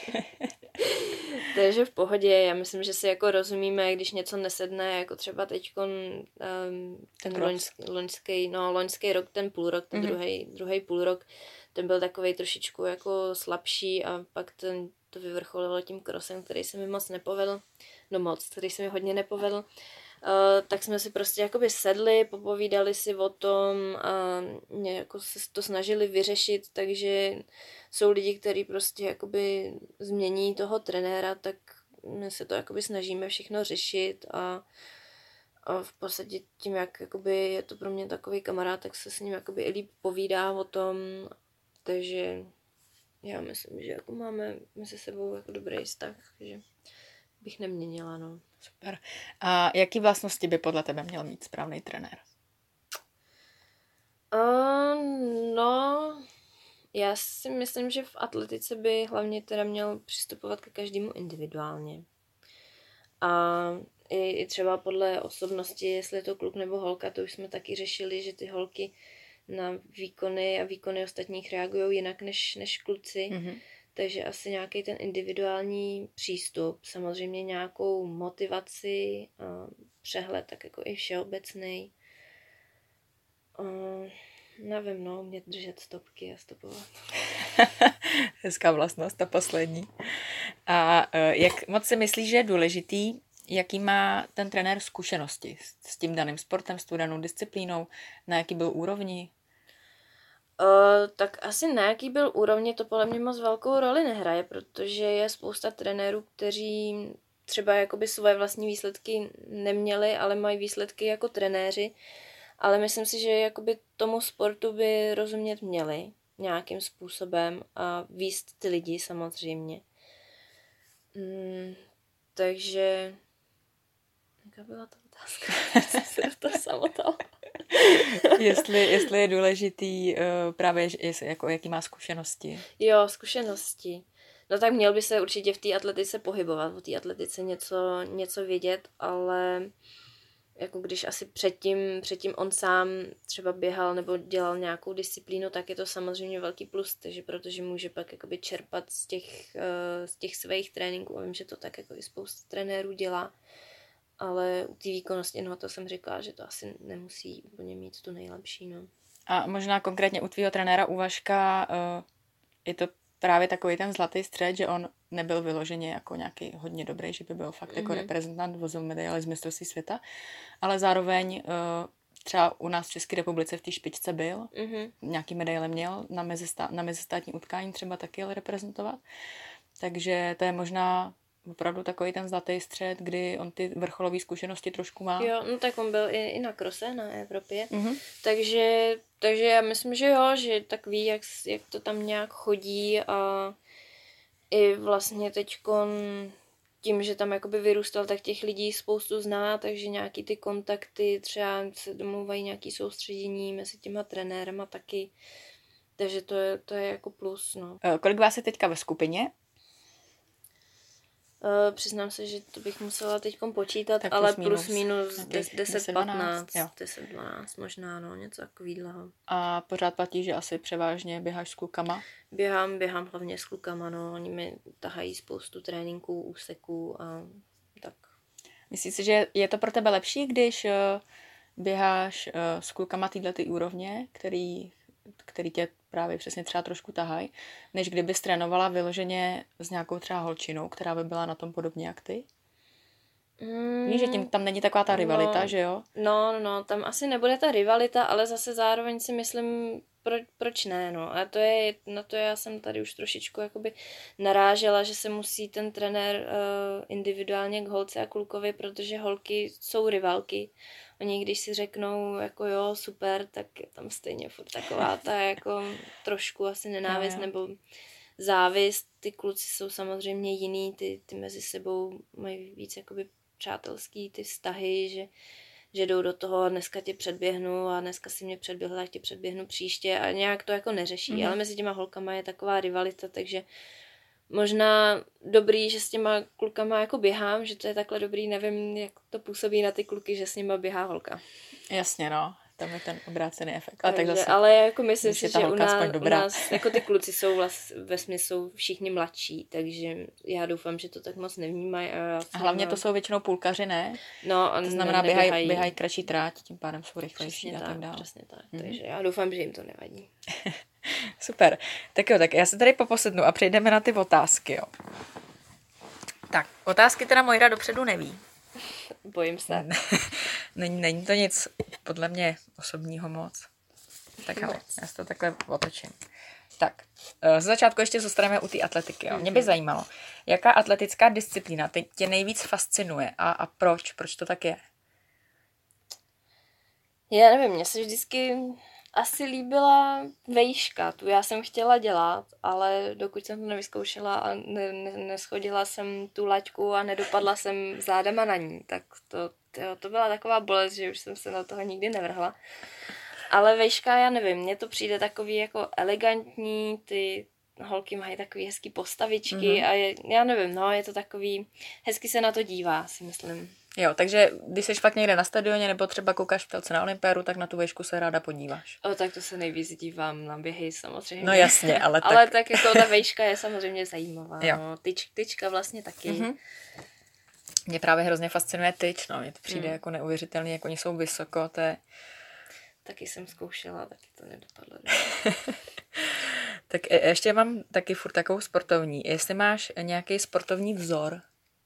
Takže v pohodě, já myslím, že si jako rozumíme, když něco nesedne, jako třeba teďkon ten loňský rok, ten půlrok, ten druhý půlrok, ten byl takovej trošičku jako slabší a pak to vyvrcholilo tím krosem, který se mi moc nepovedl, který se mi hodně nepovedl. Tak jsme si prostě jakoby sedli, popovídali si o tom a jako se to snažili vyřešit, takže jsou lidi, kteří prostě jakoby změní toho trenéra, tak my se to jakoby snažíme všechno řešit a v podstatě tím, jak jakoby je to pro mě takový kamarád, tak se s ním jakoby i líp povídá o tom, takže já myslím, že jako máme mezi sebou jako dobrý vztah, že bych neměnila, no. Super. A jaký vlastnosti by podle tebe měl mít správný trenér? No, já si myslím, že v atletice by hlavně teda měl přistupovat ke každému individuálně. A i třeba podle osobnosti, jestli je to kluk nebo holka, to už jsme taky řešili, že ty holky na výkony ostatních reagují jinak než kluci. Mm-hmm. Takže asi nějaký ten individuální přístup, samozřejmě nějakou motivaci, přehled, tak jako i všeobecný. Nevím, no, umět držet stopky a stopovat. Hezká vlastnost, ta poslední. A jak moc si myslíš, že je důležitý, jaký má ten trenér zkušenosti s tím daným sportem, s tou danou disciplínou, na jaký byl úrovni? Tak asi na jaký byl úrovni, to podle mě moc velkou roli nehraje, protože je spousta trenérů, kteří třeba jakoby svoje vlastní výsledky neměli, ale mají výsledky jako trenéři, ale myslím si, že jakoby tomu sportu by rozumět měli nějakým způsobem a víst ty lidi samozřejmě. Takže jaká byla ta otázka? Jsem se do toho samotala. jestli je důležitý právě, jako jaký má zkušenosti. Jo, zkušenosti. No tak měl by se určitě v té atletice pohybovat, o té atletice něco vědět, ale jako když asi předtím on sám třeba běhal nebo dělal nějakou disciplínu, tak je to samozřejmě velký plus, takže protože může pak jakoby čerpat z těch svých tréninků a vím, že to tak jako i spousta trenérů dělá. Ale u té výkonnosti, no to jsem říkala, že to asi nemusí úplně mít tu nejlepší, no. A možná konkrétně u tvýho trenéra Uvažka je to právě takový ten zlatý střed, že on nebyl vyloženě jako nějaký hodně dobrý, že by byl fakt jako reprezentant, vozil medaile z mistrovství světa, ale zároveň třeba u nás v České republice v té špičce byl, nějaký medaile měl, na mezistátní utkání třeba taky jel reprezentovat, takže to je možná opravdu takový ten zlatý střed, kdy on ty vrcholové zkušenosti trošku má. Jo, no tak on byl i na krose na Evropě, takže já myslím, že jo, že tak ví, jak to tam nějak chodí a i vlastně teďkon tím, že tam jakoby vyrůstal, tak těch lidí spoustu zná, takže nějaký ty kontakty, třeba se domluvají nějaký soustředění mezi těma trenérama taky, takže to je jako plus, no. Kolik vás je teďka ve skupině? Přiznám se, že to bych musela teďkom počítat, tak ale plus minus 10-15, 10-12 možná, no, něco takového. A pořád platí, že asi převážně běháš s klukama? Běhám hlavně s klukama, no, oni mi tahají spoustu tréninků, úseků a tak. Myslíš si, že je to pro tebe lepší, když běháš s klukama této úrovně, který tě právě přesně třeba trošku tahají, než kdybys trénovala vyloženě s nějakou třeba holčinou, která by byla na tom podobně jak ty? Víš, že tam není taková ta rivalita, že jo? No, tam asi nebude ta rivalita, ale zase zároveň si myslím, proč ne, no. A na to já jsem tady už trošičku jakoby narážela, že se musí ten trenér individuálně k holce a klukovi, protože holky jsou rivalky. Oni když si řeknou jako jo, super, tak je tam stejně furt taková ta jako trošku asi nenávist nebo závist. Ty kluci jsou samozřejmě jiný, ty mezi sebou mají víc jakoby přátelský ty vztahy, že jdou do toho, dneska tě předběhnu a dneska si mě předběhla, tak tě předběhnu příště a nějak to jako neřeší, ale mezi těma holkama je taková rivalita, takže možná dobrý, že s těma klukama jako běhám, že to je takhle dobrý, nevím, jak to působí na ty kluky, že s nima běhá holka. Jasně, no. Tam je ten obrácený efekt. Ale jako myslím si, že u dobrá. nás jako ty kluci jsou vesměs jsou všichni mladší, takže já doufám, že to tak moc nevnímají. A hlavně to jsou většinou půlkaři, ne? No, to znamená, běhají kratší tráť, tím pádem jsou rychlejší a tak dále. Přesně tak, takže já doufám, že jim to nevadí. Super. Tak jo, tak já se tady poposednu a přejdeme na ty otázky, jo. Tak, otázky teda Mojra dopředu neví. Bojím se. Není to nic podle mě osobního moc. Tak hele, já si to takhle otočím. Tak, z začátku ještě zůstaneme u té atletiky. Jo. Mě by zajímalo, jaká atletická disciplína tě nejvíc fascinuje a proč? Proč to tak je? Já nevím, mně se vždycky asi líbila vejška, tu já jsem chtěla dělat, ale dokud jsem to nevyzkoušela a neschodila jsem tu laťku a nedopadla jsem zádama na ní, tak to byla taková bolest, že už jsem se na toho nikdy nevrhla. Ale vejška, já nevím, mně to přijde takový jako elegantní, ty holky mají takový hezký postavičky a já nevím, no, je to takový, hezky se na to dívá, si myslím. Jo, takže když jsi fakt někde na stadioně nebo třeba koukáš v telce na olympiádu, tak na tu vejšku se ráda podíváš. Tak to se nejvíc dívám na běhy samozřejmě. No jasně, ale tak... ale tak jako ta vejška je samozřejmě zajímavá. No. Tyčka vlastně taky. Mě právě hrozně fascinuje tyč, no. Mně to přijde jako neuvěřitelný, jak oni jsou vysoko, to je... Taky jsem zkoušela, taky to nedopadlo. Tak ještě mám taky furt takovou sportovní. Jestli máš nějaký sportovní vzor?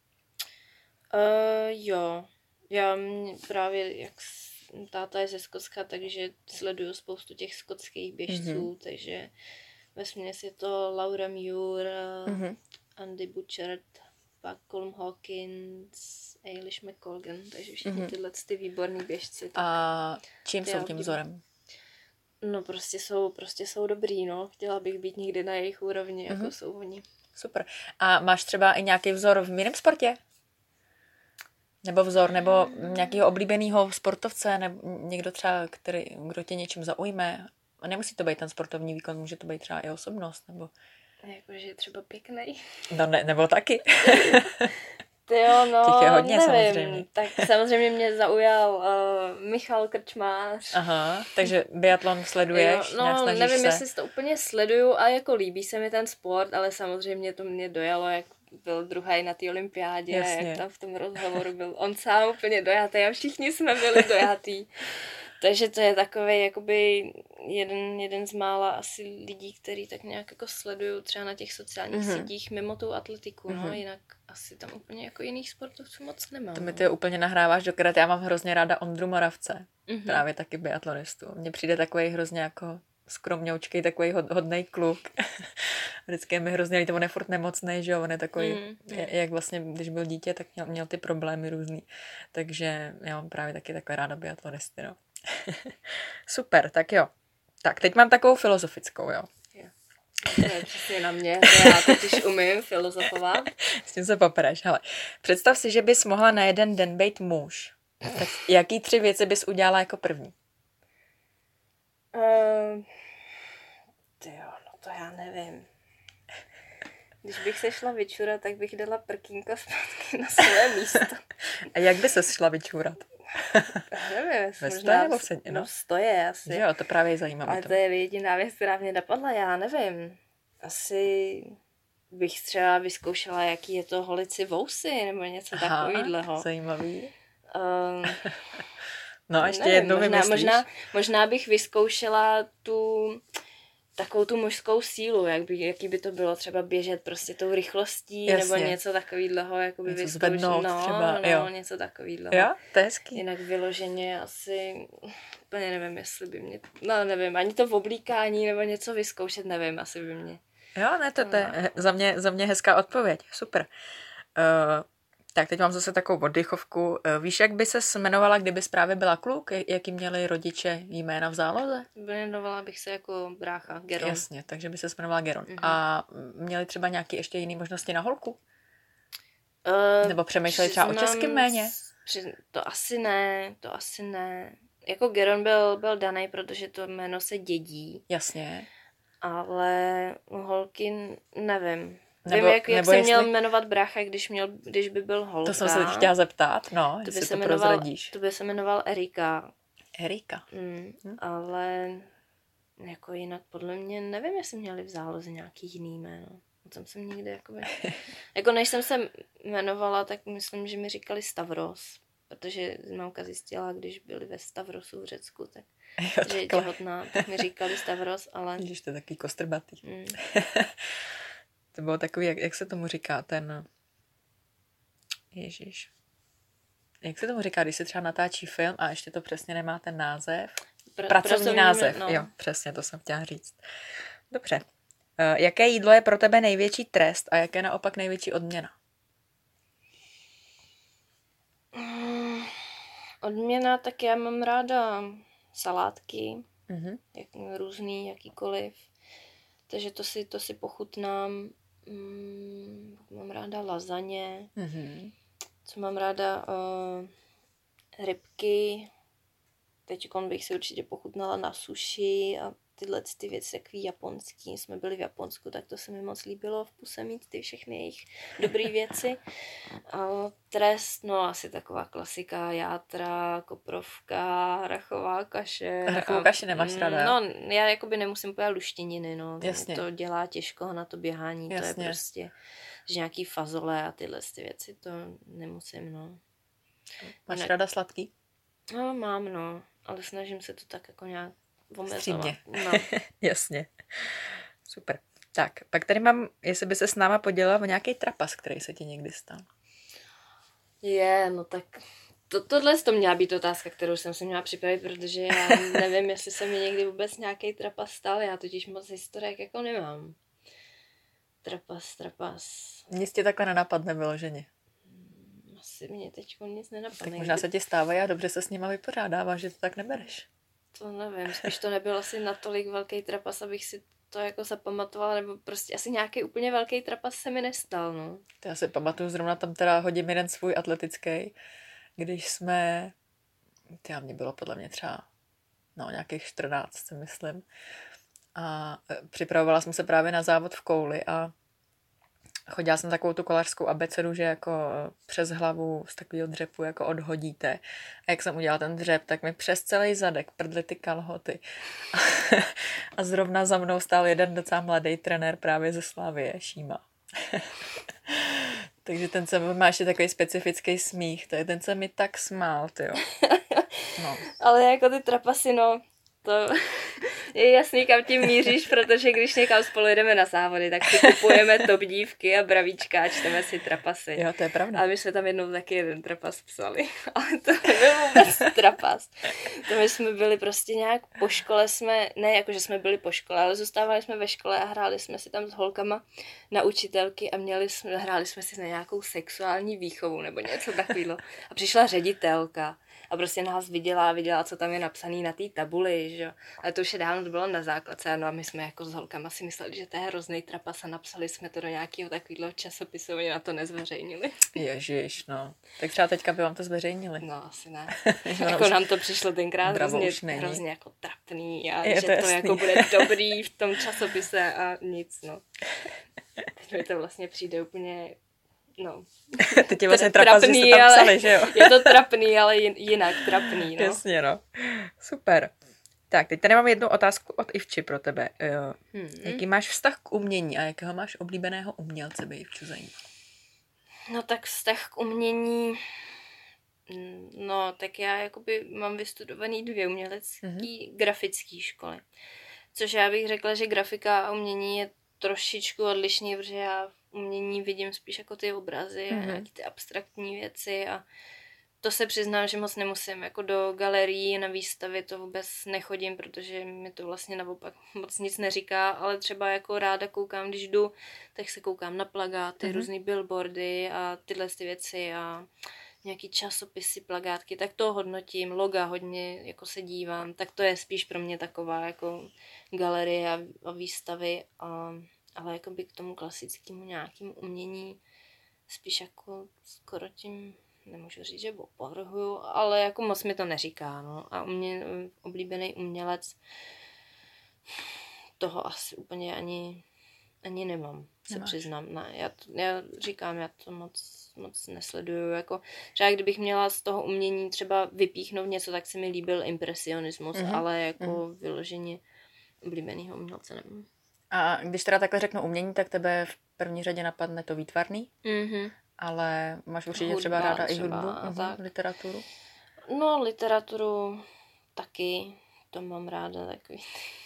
Jo. Já právě, jak táta je ze Skotska, takže sleduju spoustu těch skotských běžců, takže vesměs je to Laura Muir, Andy Butchert, pak Colm Hawkins, Eilish McColgan, takže všichni tyhle ty výborný běžci. A čím jsou tím vzorem? No prostě jsou dobrý, no. Chtěla bych být někdy na jejich úrovni, jako jsou oni. Super. A máš třeba i nějaký vzor v jiném sportě? Nebo vzor, nebo nějakého oblíbeného sportovce, nebo někdo třeba, kdo tě něčím zaujme? A nemusí to být ten sportovní výkon, může to být třeba i osobnost, nebo... Jakože je třeba pěknej. No ne, nebo taky. Jo, no, těch je hodně, nevím. samozřejmě. Tak samozřejmě mě zaujal Michal Krčmář. Aha, takže biatlon sleduješ, jo, no, nevím, jestli to úplně sleduju, ale jako líbí se mi ten sport, ale samozřejmě to mě dojalo, jak byl druhý na té olympiádě, jak tam v tom rozhovoru byl on sám úplně dojatý a všichni jsme byli dojatý. Takže to je takový jakoby jeden z mála asi lidí, který tak nějak jako sledují třeba na těch sociálních sítích mimo tu atletiku, no, jinak asi tam úplně jako jiných sportovců moc nemám. To mi ty úplně nahráváš do karet. Já mám hrozně ráda Ondru Moravce, právě taky biatlonistu. Mně přijde takový hrozně jako skromňoučkej, takový hodnej kluk. Vždycky je mi hrozně líto, on je furt nemocnej, že jo, on je takový, jak vlastně, když byl dítě, tak měl ty problémy různý. Takže já mám právě taky takové ráda biatlonisty, no. Super, tak jo. Tak, teď mám takovou filozofickou, jo. To je přesně na mě, to já totiž umím filozofovat. S tím se popereš, hele. Představ si, že bys mohla na jeden den být muž. Tak jaký 3 věci bys udělala jako první? No to já nevím. Když bych se šla vyčurat, tak bych dala prkínko zpátky na své místo. A jak by se šla vyčurat? Nevím, ve stoje nebo v sedě? No stoje asi. Jo, to právě zajímavé. Ale to je jediná věc, která mě napadla, já nevím. Asi bych třeba vyzkoušela, jaký je to holit si vousy, nebo něco takovýhleho. Zajímavý. No a ještě jednou vymyslíš. Možná bych vyzkoušela takovou tu mužskou sílu, jaký by to bylo třeba běžet prostě tou rychlostí, nebo něco takovýhleho, jakoby něco zvednout třeba, jo. Něco takovýhleho. Jo, to je hezký. Jinak vyloženě asi, úplně nevím, jestli by mě, no nevím, ani to v oblíkání, nebo něco vyzkoušet, nevím, asi by mě. Jo, ne, to je za mě hezká odpověď, super. Tak teď mám zase takovou oddychovku. Víš, jak by se jmenovala, kdyby právě byla kluk? Jaký měli rodiče jména v záloze? Jmenovala bych se jako brácha, Geron. Jasně, takže by se jmenovala Geron. A měli třeba nějaké ještě jiné možnosti na holku? Nebo přemýšleli třeba o českém jméně? To asi ne. Jako Geron byl daný, protože to jméno se dědí. Jasně. Ale holky nevím. Vím, jak se měl jmenovat brácha, když by byl holka. To jsem se teď chtěla zeptat, no, to jestli to prozradíš. To by se jmenoval Erika. Erika. Ale jako jinak podle mě nevím, jestli měli v záloze nějaký jiný jméno. Tam jsem nikdy jakoby... jako než jsem se jmenovala, tak myslím, že mi říkali Stavros. Protože mamka zjistila, když byli ve Stavrosu v Řecku, tak že je těhotná, tak mi říkali Stavros, ale... Ježiš, to je takový kostrbatý. To bylo takový, jak se tomu říká, ten... Ježiš. Jak se tomu říká, když se třeba natáčí film a ještě to přesně nemá ten název? Pracovní název, no. Jo, přesně, to jsem chtěla říct. Dobře. Jaké jídlo je pro tebe největší trest a jaké naopak největší odměna? Odměna, tak já mám ráda salátky, různý, jakýkoliv. Takže to si pochutnám. Mám ráda lazaně. Co mám ráda? Rybky. Teďkon bych si určitě pochutnala na sushi a tyhle ty věci, takový japonský. Jsme byli v Japonsku, tak to se mi moc líbilo v puse mít ty všechny jejich dobré věci. A trest, no asi taková klasika, játra, koprovka, hrachová kaše. Hrachovou kaši nemáš ráda? No, já jakoby nemusím pojít luštěniny, no. Jasně. To dělá těžko na to běhání, jasně. To je prostě, že nějaký fazole a tyhle ty věci, to nemusím, no. Máš ráda sladký? No, mám, no, ale snažím se to tak jako nějak střídně. No. Jasně. Super. Tak, pak tady mám, jestli by se s náma podělila o nějaký trapas, který se ti někdy stal. No tak tohle to měla být otázka, kterou jsem si měla připravit, protože já nevím, jestli se mi někdy vůbec nějaký trapas stal, já totiž moc historiek jako nemám. Trapas. Nic tě takhle nenapadne vyloženě. Asi mě teďko nic nenapadne. Tak možná se ti stávají a dobře se s nima vypořádáváš, že to tak nebereš. To nevím, spíš to nebyl asi natolik velký trapas, abych si to jako zapamatovala, nebo prostě asi nějaký úplně velký trapas se mi nestal, no. Já si pamatuju, zrovna tam teda hodím jeden svůj atletický, když jsme, mě bylo podle mě třeba, nějakých 14, si myslím, a připravovala jsem se právě na závod v kouli a chodila jsem takovou tu kolařskou abecedu, že jako přes hlavu z takového dřepu jako odhodíte. A jak jsem udělala ten dřep, tak mi přes celý zadek prdly ty kalhoty. A zrovna za mnou stál jeden docela mladý trenér právě ze Slavie, Šíma. Takže ten se má ještě takový specifický smích. Ten se mi tak smál, tyjo. No. Ale jako ty trapasy, no, to je jasný, kam tím míříš, protože když někam spolu jdeme na závody, tak si kupujeme top dívky a bravíčka a čteme si trapasy. Jo, to je pravda. Ale my jsme tam jednou taky jeden trapas psali, ale to nebyl vůbec trapas. To my jsme byli prostě nějak po škole, ne jako, že jsme byli po škole, ale zůstávali jsme ve škole a hráli jsme si tam s holkama na učitelky a hráli jsme si na nějakou sexuální výchovu nebo něco takového. A přišla ředitelka. A prostě nás viděla, co tam je napsaný na té tabuli, že jo. Ale to už je dávno, to bylo na základce, no a my jsme jako s holkama si mysleli, že to je hrozný trapas a napsali jsme to do nějakého takového časopisu, oni na to nezveřejnili. Ježiš, no. Tak třeba teďka by vám to zveřejnili. No, asi ne. Jako nám to přišlo tenkrát hrozně jako trapný a že to jako bude dobrý v tom časopise a nic, no. Teď mi to vlastně přijde úplně... No. Teď je vlastně trapas, že jste tam psali, že jo? Je to trapný, ale jinak trapný, no. Jasně, no. Super. Tak, teď tady mám jednu otázku od Ivči pro tebe. Jaký máš vztah k umění a jakého máš oblíbeného umělce, by Ivču zajímalo? No tak vztah k umění... No, tak já jakoby mám vystudovaný 2 umělecký grafické školy. Což já bych řekla, že grafika a umění je trošičku odlišný, protože já umění vidím spíš jako ty obrazy a nějaký ty abstraktní věci a To se přiznám, že moc nemusím. Jako do galerií na výstavy to vůbec nechodím, protože mi to vlastně naopak moc nic neříká, ale třeba jako ráda koukám, když jdu, tak se koukám na plagáty, různý billboardy a tyhle ty věci a nějaký časopisy, plagátky, tak to hodnotím, loga hodně jako se dívám, tak to je spíš pro mě taková jako galerie a výstavy, ale jako by k tomu klasickému nějakému umění spíš jako skoro tím nemůžu říct, že opovrhuju, ale jako moc mi to neříká, no. A u mě oblíbený umělec toho asi úplně ani nemám, se přiznám. Ne, já říkám, já to moc nesleduju. Jako, třeba kdybych měla z toho umění třeba vypíchnout něco, tak se mi líbil impresionismus, ale jako vyloženě oblíbenýho umělce nemám. A když teda takhle řeknu umění, tak tebe v první řadě napadne to výtvarný? Ale máš určitě hudba, třeba ráda i hudbu, literaturu? No, literaturu taky, to mám ráda takový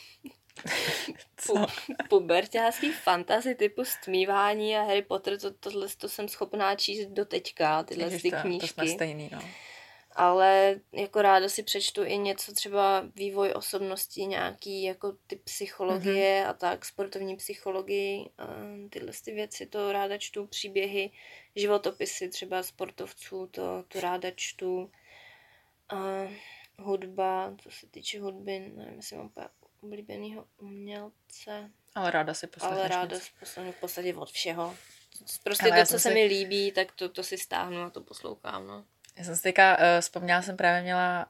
puberťácký fantasy typu Stmívání a Harry Potter, tohle jsem schopná číst do teďka, tyhle ty knížky. To jsme stejný, no. Ale jako ráda si přečtu i něco, třeba vývoj osobnosti, nějaký jako ty psychologie a tak, sportovní psychologii, a tyhle ty věci, to ráda čtu, příběhy, životopisy třeba sportovců, to ráda čtu. A hudba, co se týče hudby, nevím, jestli mám oblíbenýho umělce. Ale ráda si poslechneš. Ale ráda si poslechnu v podstatě od všeho. Prostě to, co se mi líbí, tak to si stáhnu a to poslouchám, no. Já jsem si teďka vzpomněla, jsem právě měla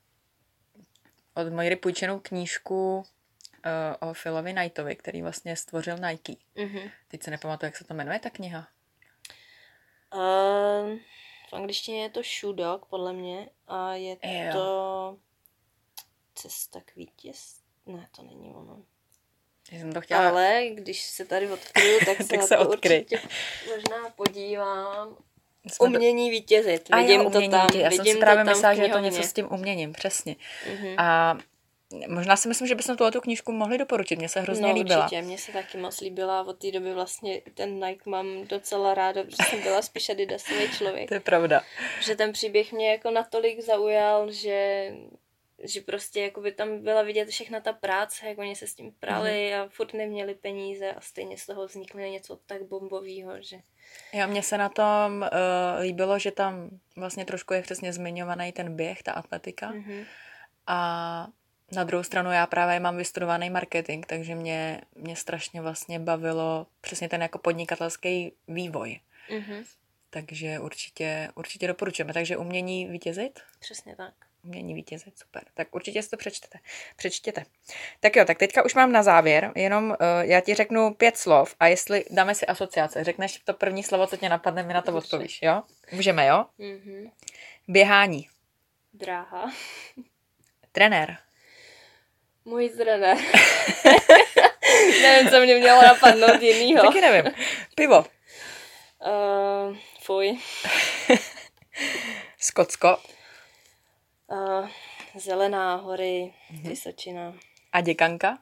od Mojry půjčenou knížku o Philovi Knightovi, který vlastně stvořil Nike. Teď se nepamatuju, jak se to jmenuje, ta kniha. V angličtině je to Shoe Dog, podle mě, a je to Cesta k vítězství. Ne, to není ono. Já jsem to chtěla... Ale když se tady odkryju, tak se na to určitě možná podívám. Umění vítězit. Vidím to tam. Já jsem si právě myslela, že je to něco s tím uměním, přesně. A možná si myslím, že bychom tu knížku mohli doporučit. Mně se hrozně líbila. Určitě, mně se taky moc líbila. Od té doby vlastně ten Nike mám docela ráda, protože jsem byla spíš adidasový člověk. To je pravda. Že ten příběh mě jako natolik zaujal, že prostě jako by tam byla vidět všechna ta práce, jak oni se s tím prali a furt neměli peníze a stejně z toho vzniklo něco tak bombového, že... Jo, mně se na tom líbilo, že tam vlastně trošku je přesně zmiňovaný ten běh, ta atletika. A na druhou stranu já právě mám vystudovaný marketing, takže mě strašně vlastně bavilo přesně ten jako podnikatelský vývoj. Takže určitě doporučujeme. Takže umění vítězit? Přesně tak. Umění vítězit, super. Tak určitě si to přečtěte. Tak jo, tak teďka už mám na závěr, jenom já ti řeknu 5 slov a jestli dáme si asociace, řekneš to první slovo, co tě napadne, mi na to odpovíš, jo? Můžeme, jo? Běhání. Dráha. Trenér. Můj trenér. Nevím, co mě mělo napadnout jinýho. Taky nevím. Pivo. Fuj. Skotsko. Zelená, hory, Vysočina. A děkanka?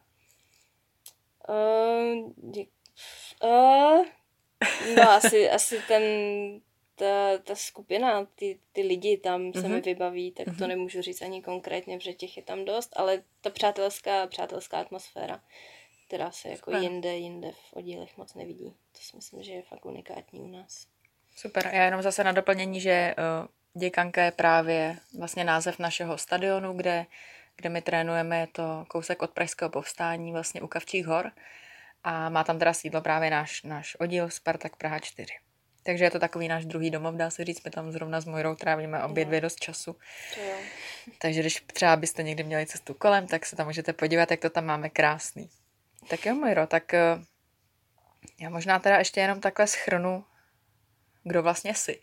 No asi ta skupina, ty lidi tam se mi vybaví, tak to nemůžu říct ani konkrétně, protože těch je tam dost, ale ta přátelská atmosféra, která se jako jinde v oddílech moc nevidí. To si myslím, že je fakt unikátní u nás. Super, já jenom zase na doplnění, že děkanka je právě vlastně název našeho stadionu, kde my trénujeme, je to kousek od Pražského povstání, vlastně u Kavčích hor a má tam teda sídlo právě náš oddíl Spartak Praha 4. Takže je to takový náš druhý domov, dá se říct, my tam zrovna s Mojrou trávíme obě dvě dost času. Takže když třeba byste někdy měli cestu kolem, tak se tam můžete podívat, jak to tam máme krásný. Tak jo, Mojro, tak já možná teda ještě jenom takhle shrnu, kdo vlastně jsi.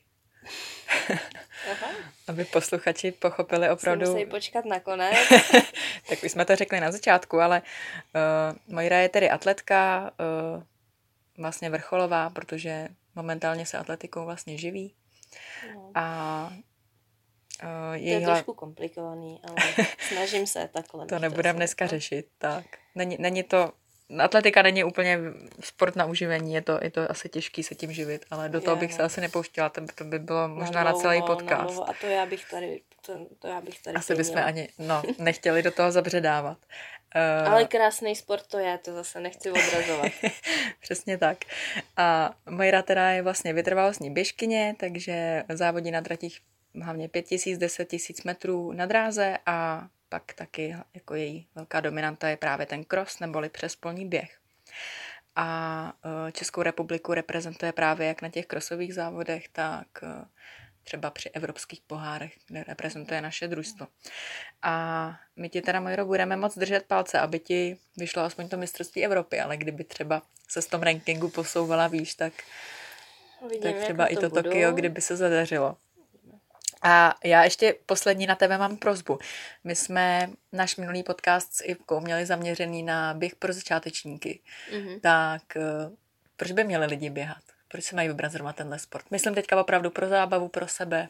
Aby posluchači pochopili opravdu... Musí počkat nakonec. Tak už jsme to řekli na začátku, ale Mojra je tedy atletka, vlastně vrcholová, protože momentálně se atletikou vlastně živí. A to je trošku komplikovaný, ale snažím se takhle. To nebudeme dneska řešit, tak. Není to atletika není úplně sport na uživení, je to asi těžký se tím živit, ale do toho bych se asi nepouštěla, to by bylo možná na celý podcast. A to já bych tady asi bychom ani nechtěli do toho zabředávat. Ale krásný sport to je, to zase nechci odrazovat. Přesně tak. A Mojra teda je vlastně vytrvalostní běžkyně, takže závodí na tratích hlavně 5000, 10 000 metrů na dráze a pak taky jako její velká dominanta je právě ten cross neboli přespolní běh. A Českou republiku reprezentuje právě jak na těch crossových závodech, tak třeba při evropských pohárech, kde reprezentuje naše družstvo. A my ti teda, Mojro, budeme moc držet palce, aby ti vyšlo aspoň to mistrovství Evropy, ale kdyby třeba se s tom rankingu posouvala výš, tak třeba i to Tokio, kdyby se zadařilo. A já ještě poslední na tebe mám prosbu. My jsme náš minulý podcast s Ivkou měli zaměřený na běh pro začátečníky. Tak proč by měli lidi běhat? Proč se mají vybrat zrovna tenhle sport? Myslím teďka opravdu pro zábavu, pro sebe.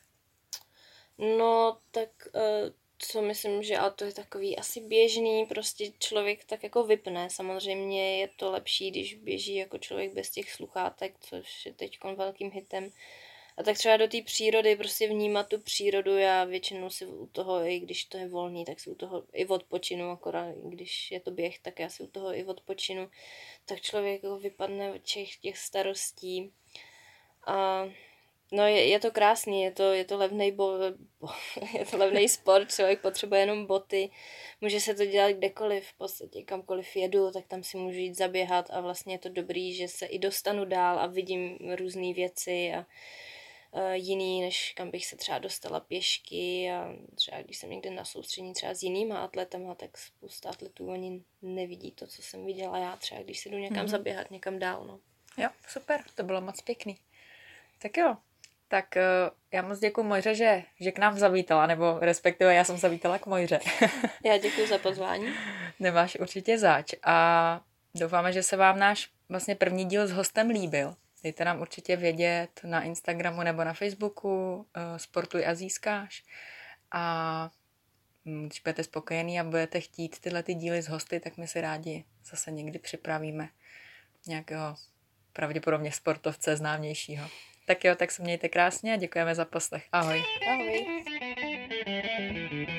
No, tak co myslím, že ale to je takový asi běžný, prostě člověk tak jako vypne. Samozřejmě je to lepší, když běží jako člověk bez těch sluchátek, což je teď velkým hitem. A tak třeba do té přírody, prostě vnímat tu přírodu, já většinou si u toho, i když to je volný, tak si u toho i odpočinu, akorát když je to běh, tak já si u toho i odpočinu. Tak člověk vypadne od těch starostí. A no je to krásný, je to levnej je to levnej sport, člověk potřebuje jenom boty, může se to dělat kdekoliv, v podstatě kamkoliv jedu, tak tam si můžu jít zaběhat a vlastně je to dobrý, že se i dostanu dál a vidím různé věci a jiný, než kam bych se třeba dostala pěšky a třeba když jsem někde na soustředění třeba s jinýma atletama, tak spousta atletů oni nevidí to, co jsem viděla já třeba, když se jdu někam zaběhat, někam dál. No. Jo, super, to bylo moc pěkný. Tak jo, tak já moc děkuju Mojře, že k nám zavítala, nebo respektive já jsem zavítala k Mojře. Já děkuju za pozvání. Nemáš určitě zač a doufáme, že se vám náš vlastně první díl s hostem líbil. Dejte nám určitě vědět na Instagramu nebo na Facebooku Sportuj a získáš. A když budete spokojení a budete chtít tyhle ty díly s hosty, tak my si rádi zase někdy připravíme nějakého pravděpodobně sportovce známějšího. Tak jo, tak se mějte krásně a děkujeme za poslech. Ahoj. Ahoj.